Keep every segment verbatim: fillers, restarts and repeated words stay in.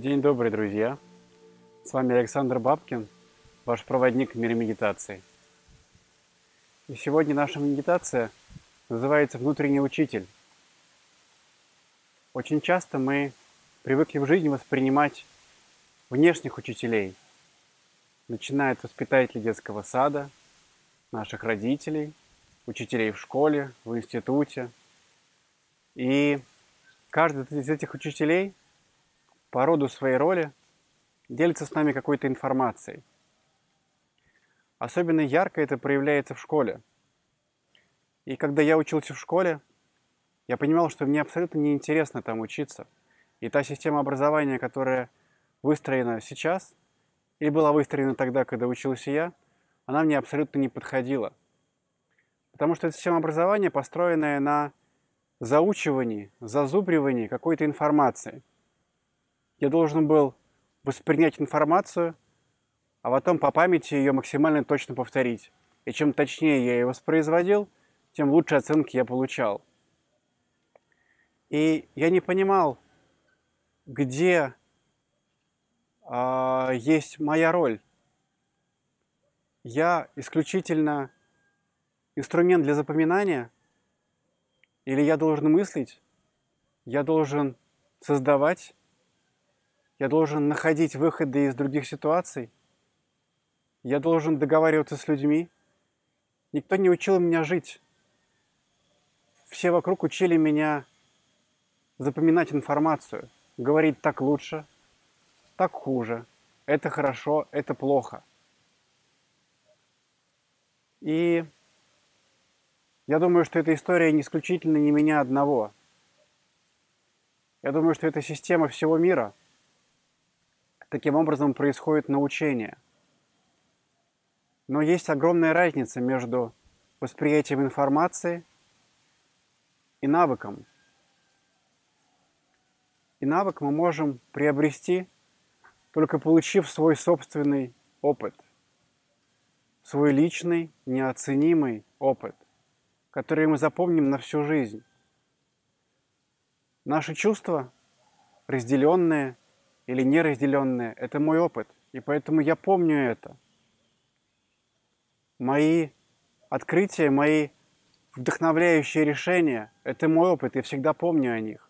День добрый, друзья! С вами Александр Бабкин, ваш проводник в мире медитации. И сегодня наша медитация называется «Внутренний учитель». Очень часто мы привыкли в жизни воспринимать внешних учителей, начиная от воспитателей детского сада, наших родителей, учителей в школе, в институте. И каждый из этих учителей по роду своей роли делится с нами какой-то информацией. Особенно ярко это проявляется в школе. И когда я учился в школе, я понимал, что мне абсолютно неинтересно там учиться. И та система образования, которая выстроена сейчас, или была выстроена тогда, когда учился я, она мне абсолютно не подходила. Потому что эта система образования, построенная на заучивании, зазубривании какой-то информации. Я должен был воспринять информацию, а потом по памяти ее максимально точно повторить. И чем точнее я ее воспроизводил, тем лучше оценки я получал. И я не понимал, где э, есть моя роль. Я исключительно инструмент для запоминания, или я должен мыслить, я должен создавать, я должен находить выходы из других ситуаций, я должен договариваться с людьми. Никто не учил меня жить. Все вокруг учили меня запоминать информацию, говорить так лучше, так хуже, это хорошо, это плохо. И я думаю, что эта история не исключительно не меня одного. Я думаю, что это система всего мира. Таким образом происходит научение. Но есть огромная разница между восприятием информации и навыком. И навык мы можем приобрести, только получив свой собственный опыт, свой личный, неоценимый опыт, который мы запомним на всю жизнь. Наши чувства, разделенные или неразделенные, это мой опыт, и поэтому я помню это. Мои открытия, мои вдохновляющие решения – это мой опыт, я всегда помню о них.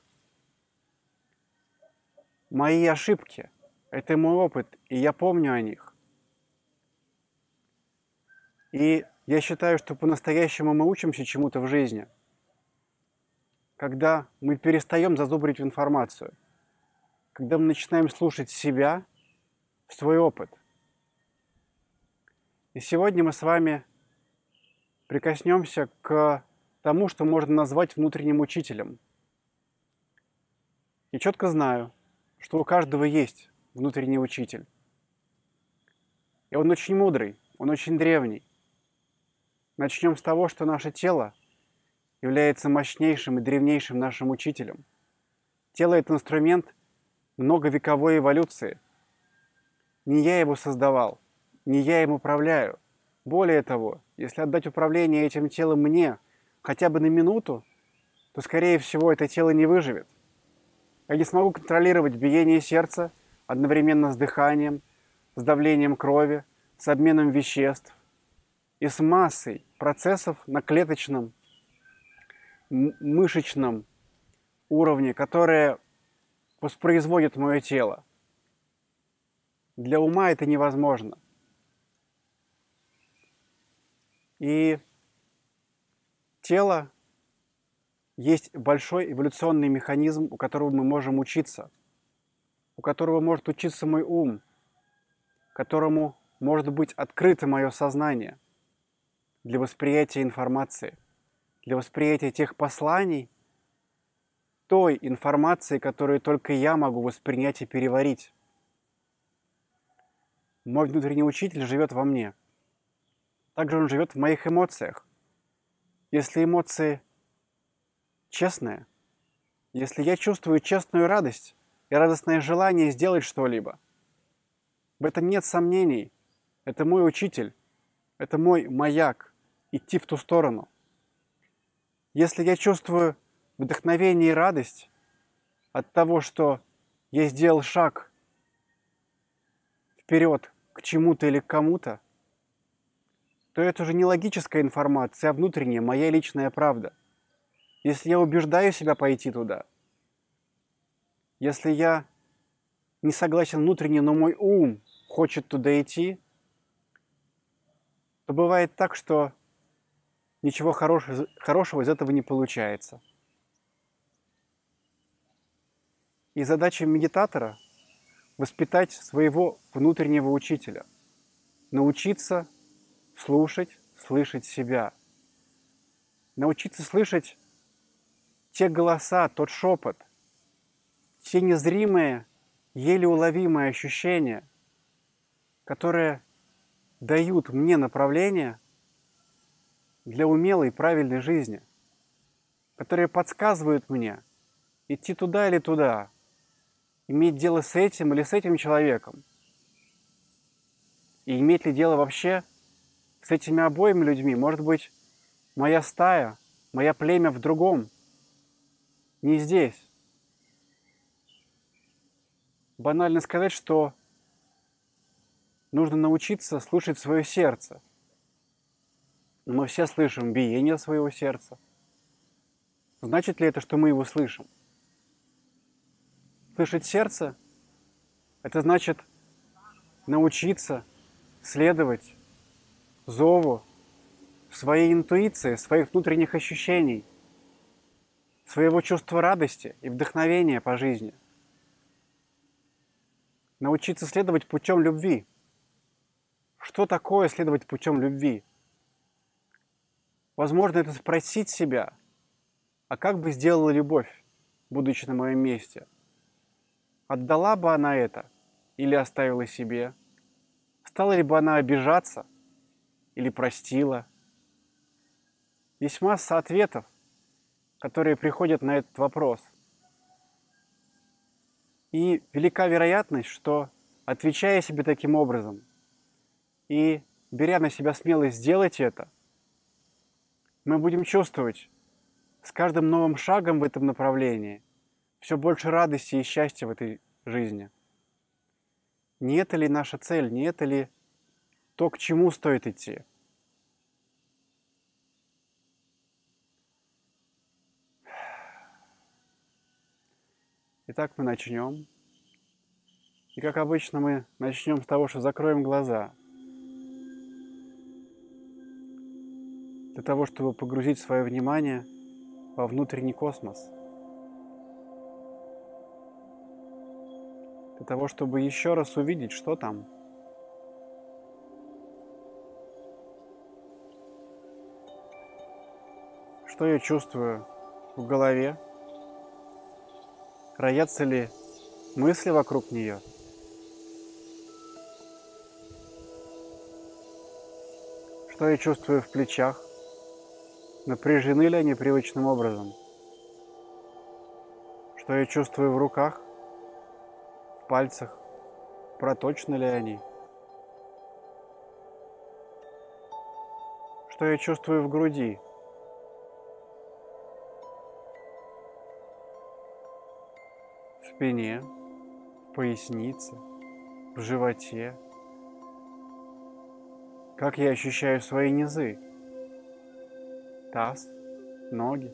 Мои ошибки – это мой опыт, и я помню о них. И я считаю, что по-настоящему мы учимся чему-то в жизни, когда мы перестаем зазубрить информацию, когда мы начинаем слушать себя, свой опыт. И сегодня мы с вами прикоснемся к тому, что можно назвать внутренним учителем. И четко знаю, что у каждого есть внутренний учитель. И он очень мудрый, он очень древний. Начнем с того, что наше тело является мощнейшим и древнейшим нашим учителем. Тело – это инструмент многовековой эволюции. Не я его создавал, не я им управляю. Более того, если отдать управление этим телом мне хотя бы на минуту, то, скорее всего, это тело не выживет. Я не смогу контролировать биение сердца одновременно с дыханием, с давлением крови, с обменом веществ и с массой процессов на клеточном, мышечном уровне, которые воспроизводят мое тело. Для ума это невозможно. И тело есть большой эволюционный механизм, у которого мы можем учиться, у которого может учиться мой ум, которому может быть открыто мое сознание для восприятия информации, для восприятия тех посланий, той информации, которую только я могу воспринять и переварить. Мой внутренний учитель живет во мне. Также он живет в моих эмоциях. Если эмоции честные, если я чувствую честную радость и радостное желание сделать что-либо, в этом нет сомнений. Это мой учитель, это мой маяк идти в ту сторону. Если я чувствую вдохновение и радость от того, что я сделал шаг вперед к чему-то или к кому-то, то это уже не логическая информация, а внутренняя, моя личная правда. Если я убеждаю себя пойти туда, если я не согласен внутренне, но мой ум хочет туда идти, то бывает так, что ничего хорошего, хорошего из этого не получается. И задача медитатора – воспитать своего внутреннего учителя, научиться слушать, слышать себя, научиться слышать те голоса, тот шепот, те незримые, еле уловимые ощущения, которые дают мне направление для умелой, правильной жизни, которые подсказывают мне идти туда или туда, иметь дело с этим или с этим человеком, и иметь ли дело вообще с этими обоими людьми. Может быть, моя стая, моя племя в другом, не здесь. Банально сказать, что нужно научиться слушать свое сердце. Мы все слышим биение своего сердца. Значит ли это, что мы его слышим? Слышать сердце – это значит научиться следовать зову своей интуиции, своих внутренних ощущений, своего чувства радости и вдохновения по жизни. Научиться следовать путем любви. Что такое следовать путем любви? Возможно, это спросить себя, а как бы сделала любовь, будучи на моем месте? Отдала бы она это или оставила себе? Стала ли бы она обижаться или простила? Есть масса ответов, которые приходят на этот вопрос. И велика вероятность, что, отвечая себе таким образом и беря на себя смелость сделать это, мы будем чувствовать с каждым новым шагом в этом направлении все больше радости и счастья в этой жизни. Не это ли наша цель, не это ли то, к чему стоит идти? Итак, мы начнем. И как обычно, мы начнем с того, что закроем глаза. Для того, чтобы погрузить свое внимание во внутренний космос. Для того, чтобы еще раз увидеть, что там. Что я чувствую в голове? Роятся ли мысли вокруг нее? Что я чувствую в плечах? Напряжены ли они привычным образом? Что я чувствую в руках? В пальцах? Проточны ли они? Что я чувствую в груди? В спине? В пояснице? В животе? Как я ощущаю свои низы? Таз? Ноги?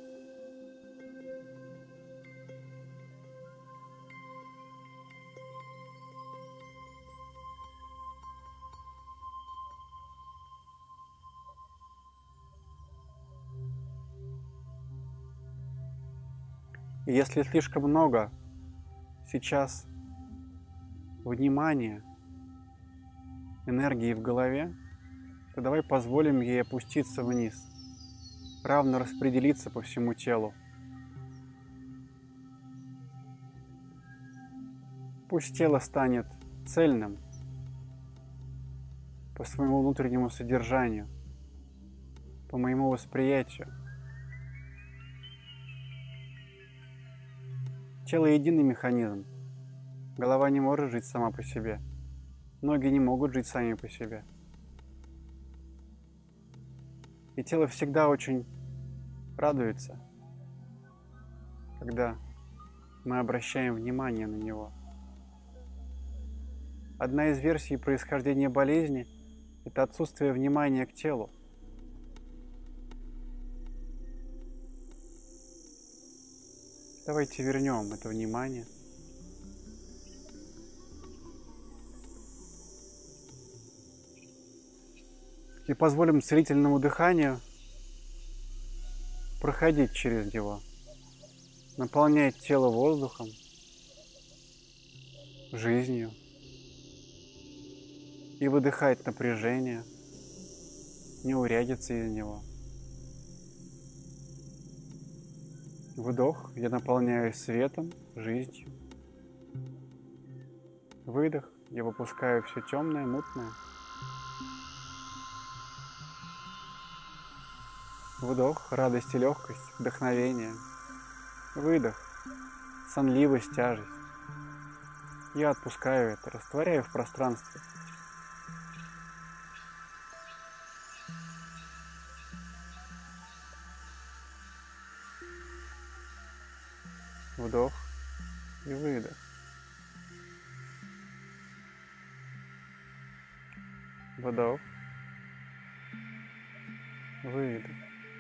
И если слишком много сейчас внимания, энергии в голове, то давай позволим ей опуститься вниз, равно распределиться по всему телу. Пусть тело станет цельным по своему внутреннему содержанию, по моему восприятию. Тело — единый механизм. Голова не может жить сама по себе. Ноги не могут жить сами по себе. И тело всегда очень радуется, когда мы обращаем внимание на него. Одна из версий происхождения болезни – это отсутствие внимания к телу. Давайте вернем это внимание. И позволим целительному дыханию проходить через него, наполнять тело воздухом, жизнью и выдыхать напряжение, неурядицы из него. Вдох, я наполняюсь светом, жизнью. Выдох, я выпускаю все темное, мутное. Вдох, радость и легкость, вдохновение. Выдох, сонливость, тяжесть. Я отпускаю это, растворяю в пространстве. Вдох и выдох. Вдох, выдох.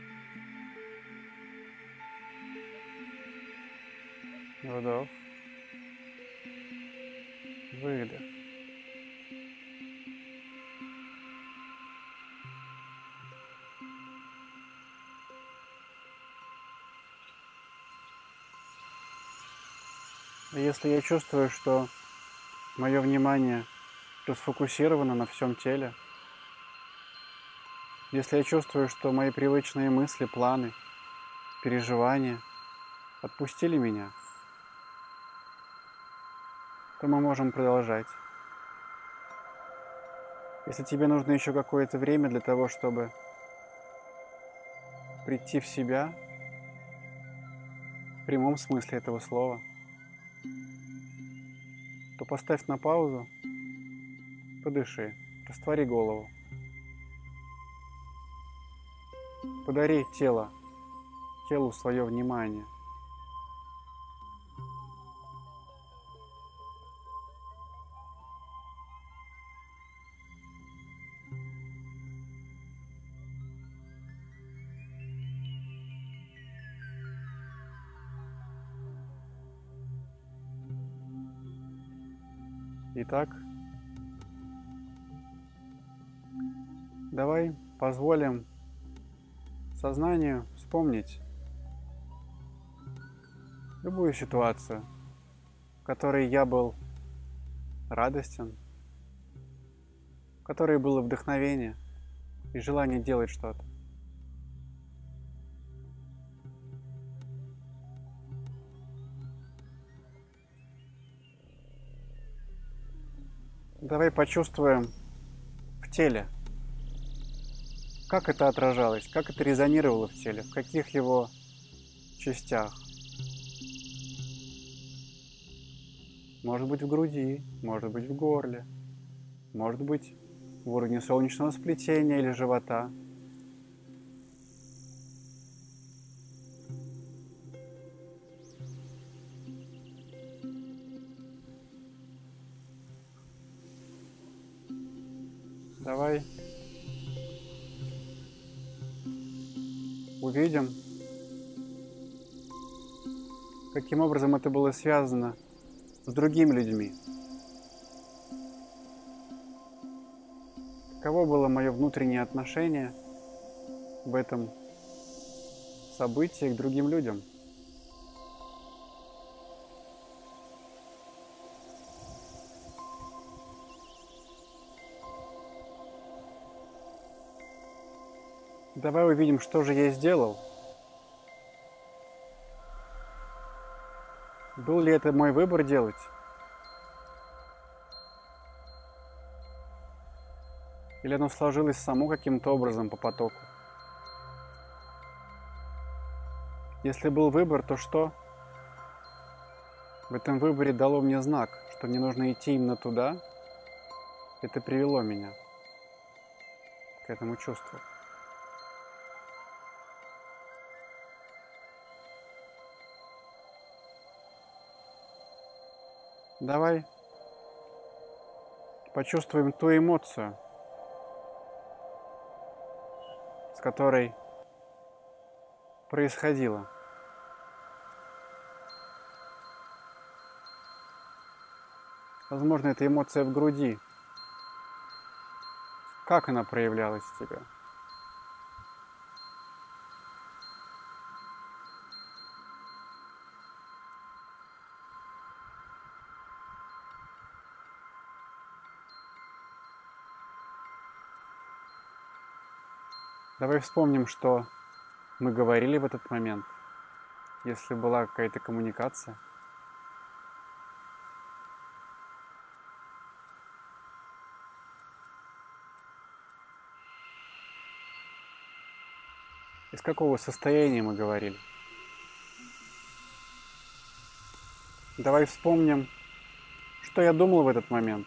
Вдох, выдох. Если я чувствую, что мое внимание расфокусировано на всем теле, если я чувствую, что мои привычные мысли, планы, переживания отпустили меня, то мы можем продолжать. Если тебе нужно еще какое-то время для того, чтобы прийти в себя, в прямом смысле этого слова, то поставь на паузу, подыши, раствори голову. Подари тело, телу свое внимание. Итак, давай позволим сознанию вспомнить любую ситуацию, в которой я был радостен, в которой было вдохновение и желание делать что-то. Давай почувствуем в теле, как это отражалось, как это резонировало в теле, в каких его частях. Может быть, в груди, может быть, в горле, может быть, в уровне солнечного сплетения или живота. Давай увидим, каким образом это было связано с другими людьми. Каково было мое внутреннее отношение в этом событии к другим людям. Давай увидим, что же я сделал. Был ли это мой выбор делать? Или оно сложилось само каким-то образом по потоку? Если был выбор, то что? В этом выборе дало мне знак, что мне нужно идти именно туда. Это привело меня к этому чувству. Давай Почувствуем ту эмоцию, с которой происходило. Возможно, это эмоция в груди. Как она проявлялась в тебе? Давай вспомним, что мы говорили в этот момент, если была какая-то коммуникация. Из какого состояния мы говорили? Давай вспомним, что я думал в этот момент.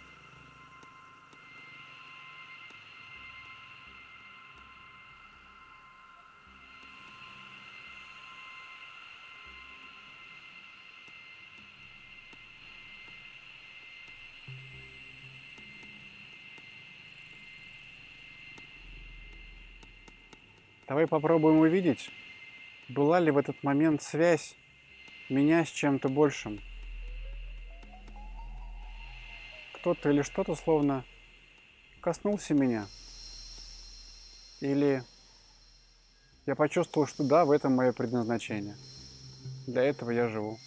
Давай попробуем увидеть, была ли в этот момент связь меня с чем-то большим. Кто-то или что-то словно коснулся меня. Или я почувствовал, что да, в этом мое предназначение. Для этого я живу.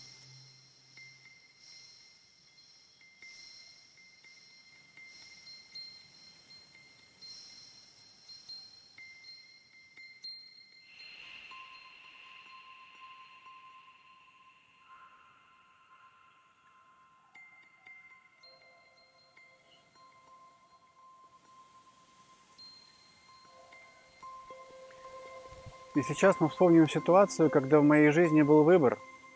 И сейчас мы вспомним ситуацию, когда в моей жизни был выбор.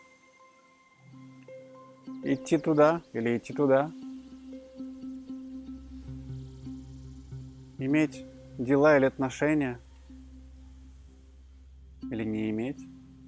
Идти туда или идти туда. Иметь дела или отношения. Или не иметь.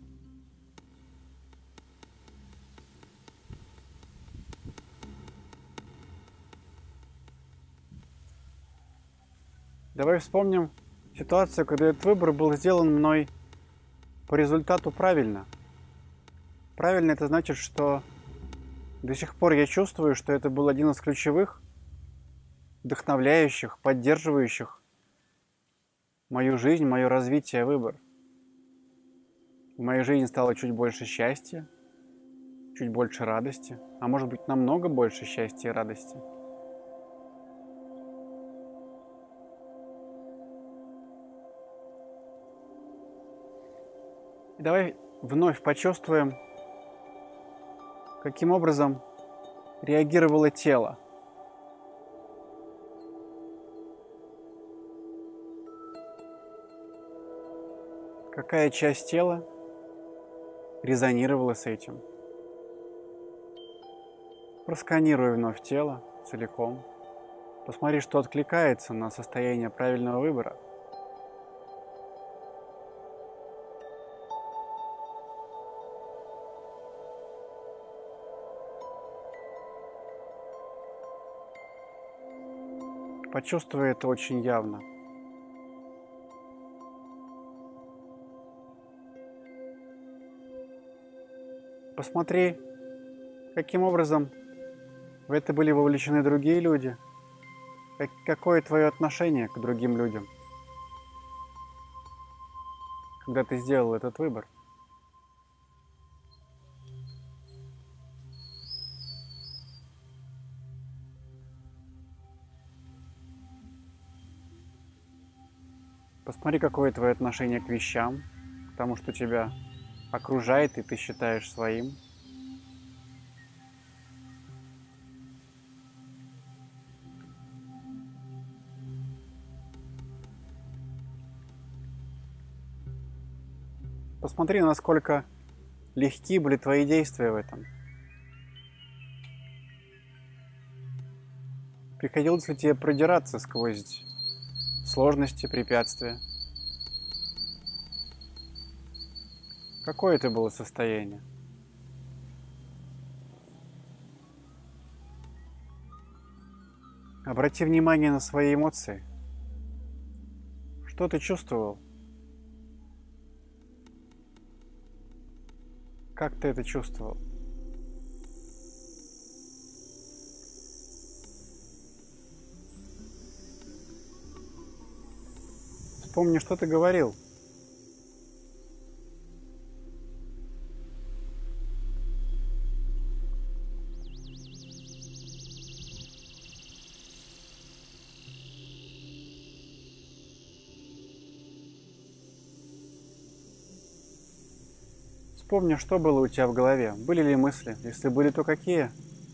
Давай вспомним ситуацию, когда этот выбор был сделан мной по результату правильно. Правильно — это значит, что до сих пор я чувствую, что это был один из ключевых, вдохновляющих, поддерживающих мою жизнь, мое развитие выбор. В моей жизни стало чуть больше счастья, чуть больше радости, а может быть, намного больше счастья и радости. И давай вновь почувствуем, каким образом реагировало тело. Какая часть тела резонировала с этим. Просканируй вновь тело целиком. Посмотри, что откликается на состояние правильного выбора. Почувствуй это очень явно. Посмотри, каким образом в это были вовлечены другие люди. Как, какое твое отношение к другим людям, когда ты сделал этот выбор? Посмотри, какое твое отношение к вещам, к тому, что тебя окружает и ты считаешь своим. Посмотри, насколько легки были твои действия в этом. Приходилось ли тебе продираться сквозь сложности, препятствия? Какое это было состояние? Обрати внимание на свои эмоции. Что ты чувствовал? Как ты это чувствовал? Вспомни, что ты говорил. Вспомни, что было у тебя в голове. Были ли мысли? Если были, то какие?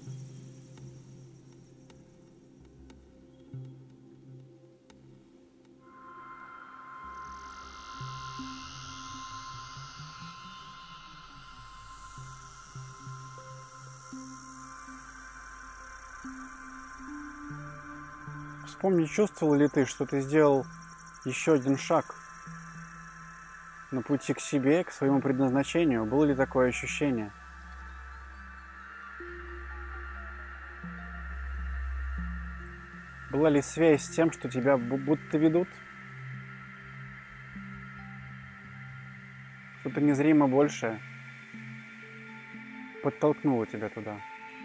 Вспомни, чувствовал ли ты, что ты сделал еще один шаг на пути к себе, к своему предназначению? Было ли такое ощущение? Была ли связь с тем, что тебя будто ведут? Что-то незримо большее подтолкнуло тебя туда.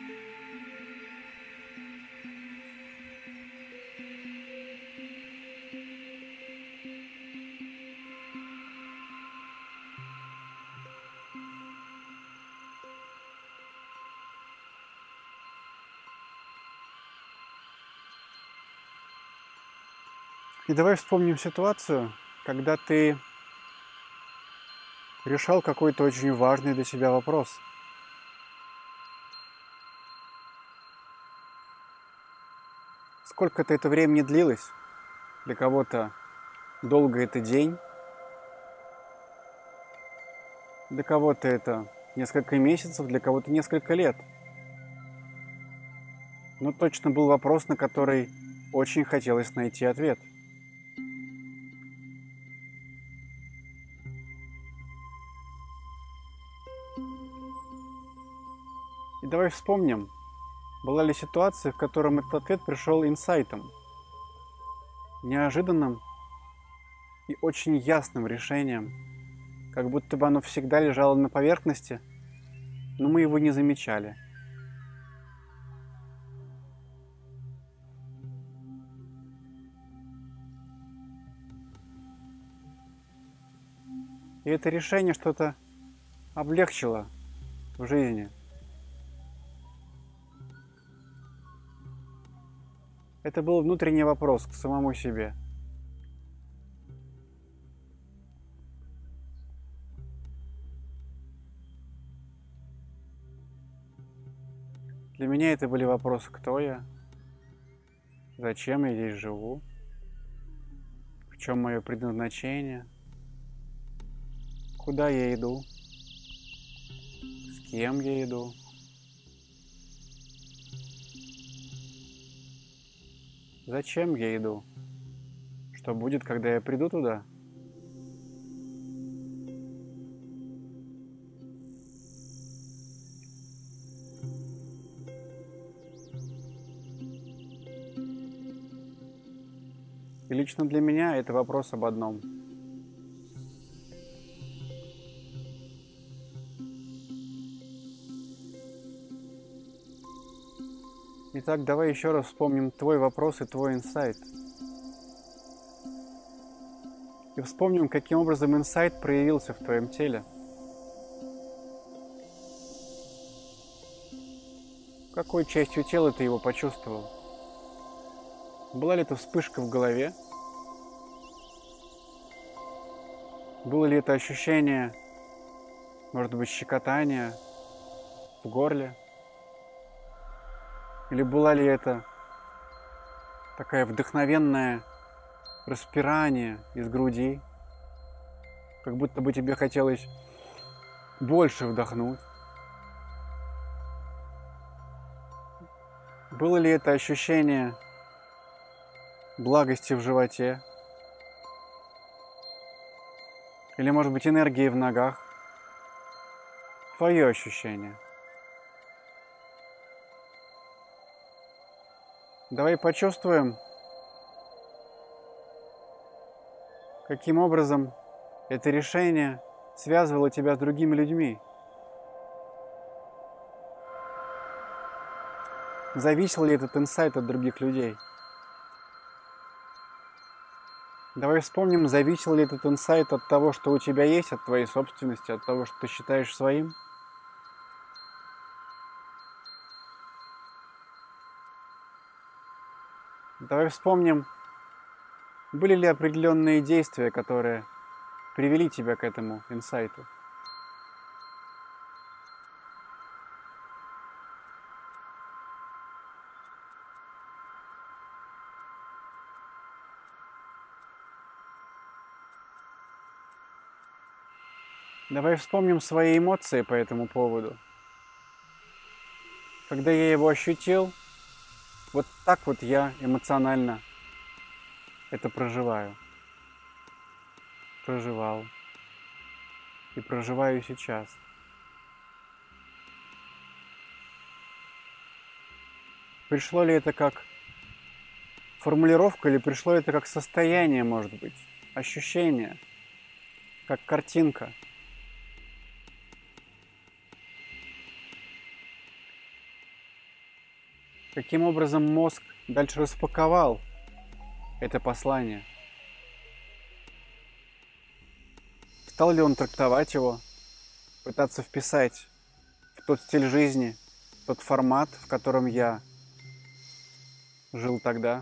И давай вспомним ситуацию, когда ты решал какой-то очень важный для себя вопрос. Сколько-то это времени длилось? Для кого-то долго это день, для кого-то это несколько месяцев, для кого-то несколько лет. Но точно был вопрос, на который очень хотелось найти ответ. И давай вспомним, была ли ситуация, в котором этот ответ пришел инсайтом, неожиданным и очень ясным решением, как будто бы оно всегда лежало на поверхности, но мы его не замечали. И это решение что-то облегчило в жизни. Это был внутренний вопрос к самому себе. Для меня это были вопросы: кто я, зачем я здесь живу, в чем мое предназначение, куда я иду, с кем я иду. Зачем я иду? Что будет, когда я приду туда? И лично для меня это вопрос об одном. Итак, давай еще раз вспомним твой вопрос и твой инсайт. И вспомним, каким образом инсайт проявился в твоем теле. Какой частью тела ты его почувствовал? Была ли это вспышка в голове? Было ли это ощущение, может быть, щекотания в горле? Или была ли это такая вдохновенное распирание из груди, как будто бы тебе хотелось больше вдохнуть? Было ли это ощущение благости в животе? Или, может быть, энергии в ногах? Твое ощущение. Давай почувствуем, каким образом это решение связывало тебя с другими людьми. Зависел ли этот инсайт от других людей? Давай вспомним, зависел ли этот инсайт от того, что у тебя есть, от твоей собственности, от того, что ты считаешь своим. Давай вспомним, были ли определенные действия, которые привели тебя к этому инсайту. Давай вспомним свои эмоции по этому поводу. Когда я его ощутил, вот так вот я эмоционально это проживаю. Проживал. И проживаю сейчас. Пришло ли это как формулировка или пришло это как состояние, может быть, ощущение, как картинка? Каким образом мозг дальше распаковал это послание? Стал ли он трактовать его, пытаться вписать в тот стиль жизни, в тот формат, в котором я жил тогда?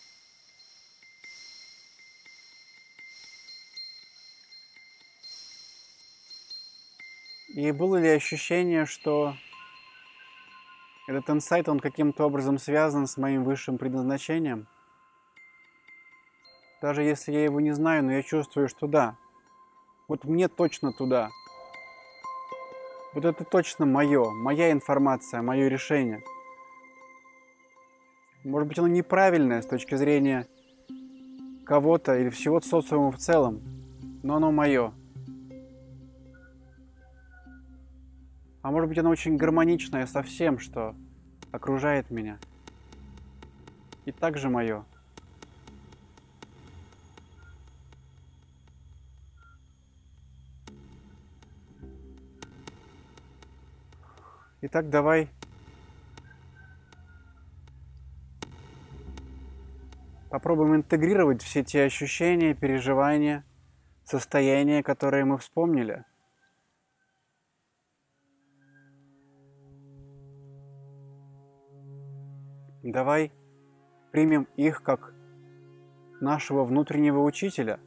И было ли ощущение, что этот инсайт, он каким-то образом связан с моим высшим предназначением? Даже если я его не знаю, но я чувствую, что да. Вот мне точно туда. Вот это точно мое, моя информация, мое решение. Может быть, оно неправильное с точки зрения кого-то или всего социума в целом, но оно мое. А может быть, оно очень гармоничное со всем, что окружает меня. И также мое. Итак, давай попробуем интегрировать все те ощущения, переживания, состояния, которые мы вспомнили. Давай примем их как нашего внутреннего учителя.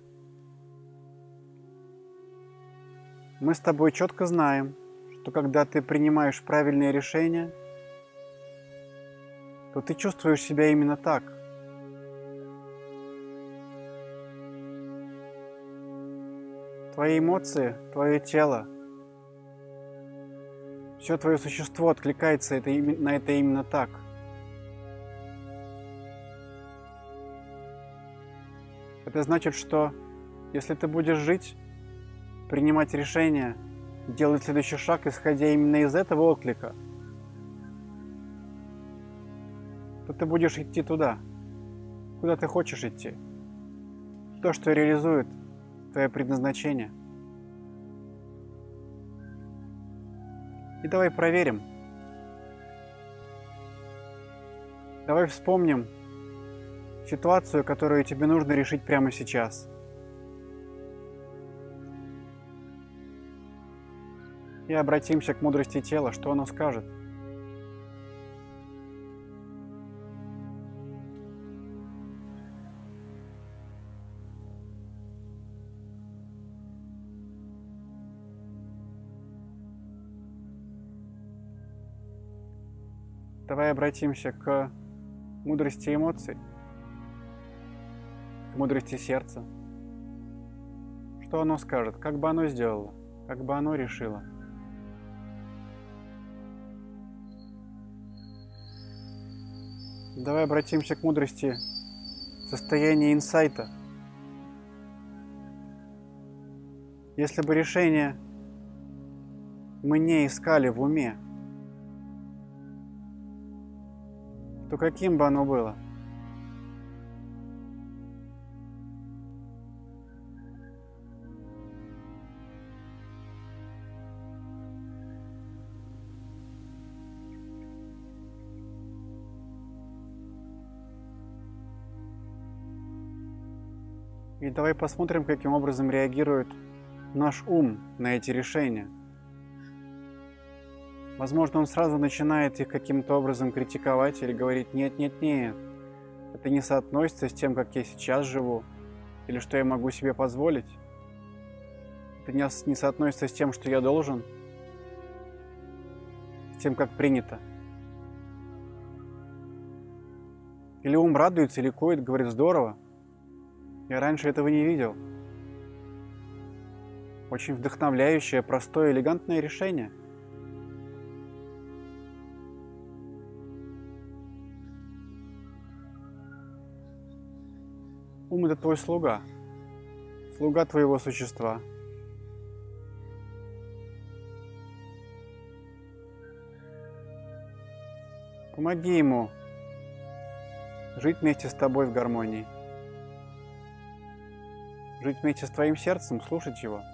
Мы с тобой четко знаем, что когда ты принимаешь правильные решения, то ты чувствуешь себя именно так. Твои эмоции, твое тело, все твое существо откликается это, на это именно так. Это значит, что если ты будешь жить, принимать решения, делать следующий шаг, исходя именно из этого отклика, то ты будешь идти туда, куда ты хочешь идти. То, что реализует твое предназначение. И давай проверим. Давай вспомним ситуацию, которую тебе нужно решить прямо сейчас. И обратимся к мудрости тела, что оно скажет. Давай обратимся к мудрости эмоций, к мудрости сердца. Что оно скажет, как бы оно сделало, как бы оно решило. Давай обратимся к мудрости состояния инсайта. Если бы решение мы не искали в уме, то каким бы оно было? И давай посмотрим, каким образом реагирует наш ум на эти решения. Возможно, он сразу начинает их каким-то образом критиковать или говорить: нет, нет, нет, это не соотносится с тем, как я сейчас живу, или что я могу себе позволить. Это не, не соотносится с тем, что я должен, с тем, как принято. Или ум радуется, ликует, говорит: здорово, я раньше этого не видел. Очень вдохновляющее, простое, элегантное решение. Ум — это твой слуга, слуга твоего существа. Помоги ему жить вместе с тобой в гармонии, жить вместе с твоим сердцем, слушать его.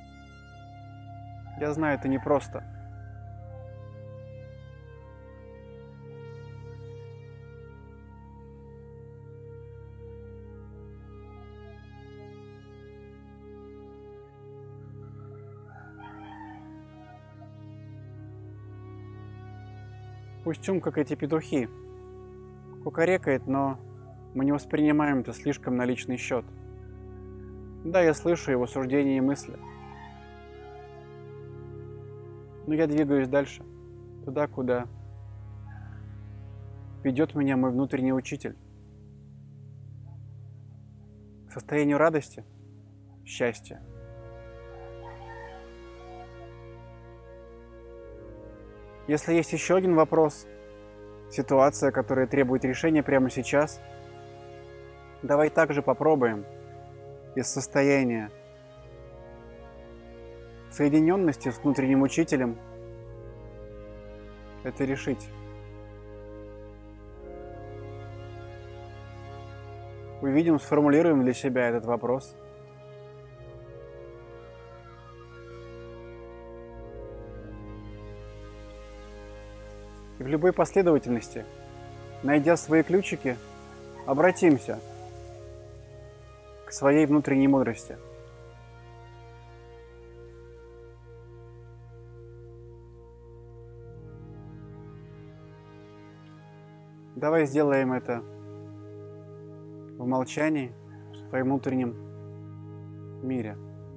Я знаю, это непросто. Пусть ум, как эти петухи, кукарекает, но мы не воспринимаем это слишком на личный счет. Да, я слышу его суждения и мысли, но я двигаюсь дальше, туда, куда ведет меня мой внутренний учитель. К состоянию радости, счастья. Если есть еще один вопрос, ситуация, которая требует решения прямо сейчас, давай также попробуем из состояния соединенности с внутренним учителем это решить. Увидим, сформулируем для себя этот вопрос. И в любой последовательности, найдя свои ключики, обратимся к своей внутренней мудрости. Давай сделаем это в молчании, в своем внутреннем мире.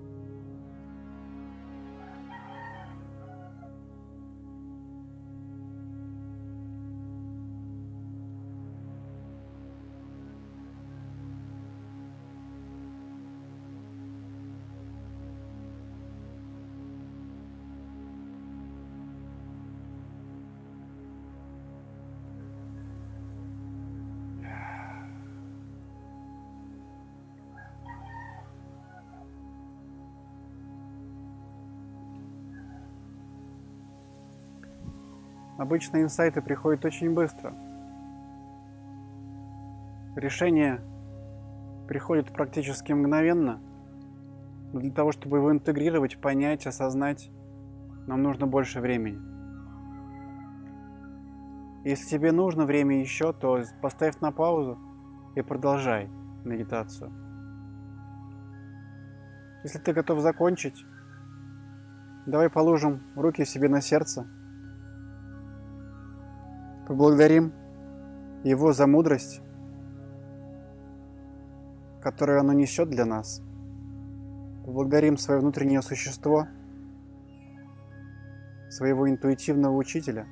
Обычно инсайты приходят очень быстро. Решение приходит практически мгновенно, но для того, чтобы его интегрировать, понять, осознать, нам нужно больше времени. Если тебе нужно время еще, то поставь на паузу и продолжай медитацию. Если ты готов закончить, давай положим руки себе на сердце. Поблагодарим Его за мудрость, которую оно несет для нас. Поблагодарим свое внутреннее существо, своего интуитивного учителя,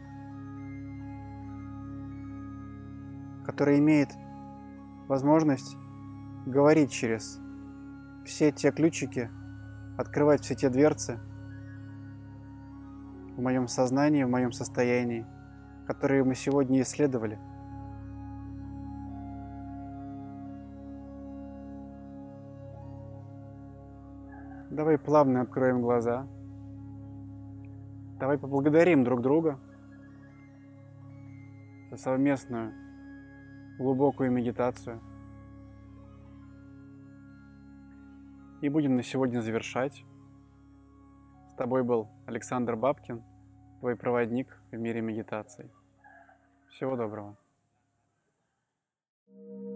который имеет возможность говорить через все те ключики, открывать все те дверцы в моем сознании, в моем состоянии, которые мы сегодня исследовали. Давай плавно откроем глаза. Давай поблагодарим друг друга за совместную глубокую медитацию. И будем на сегодня завершать. С тобой был Александр Бабкин, твой проводник в мире медитаций. Всего доброго.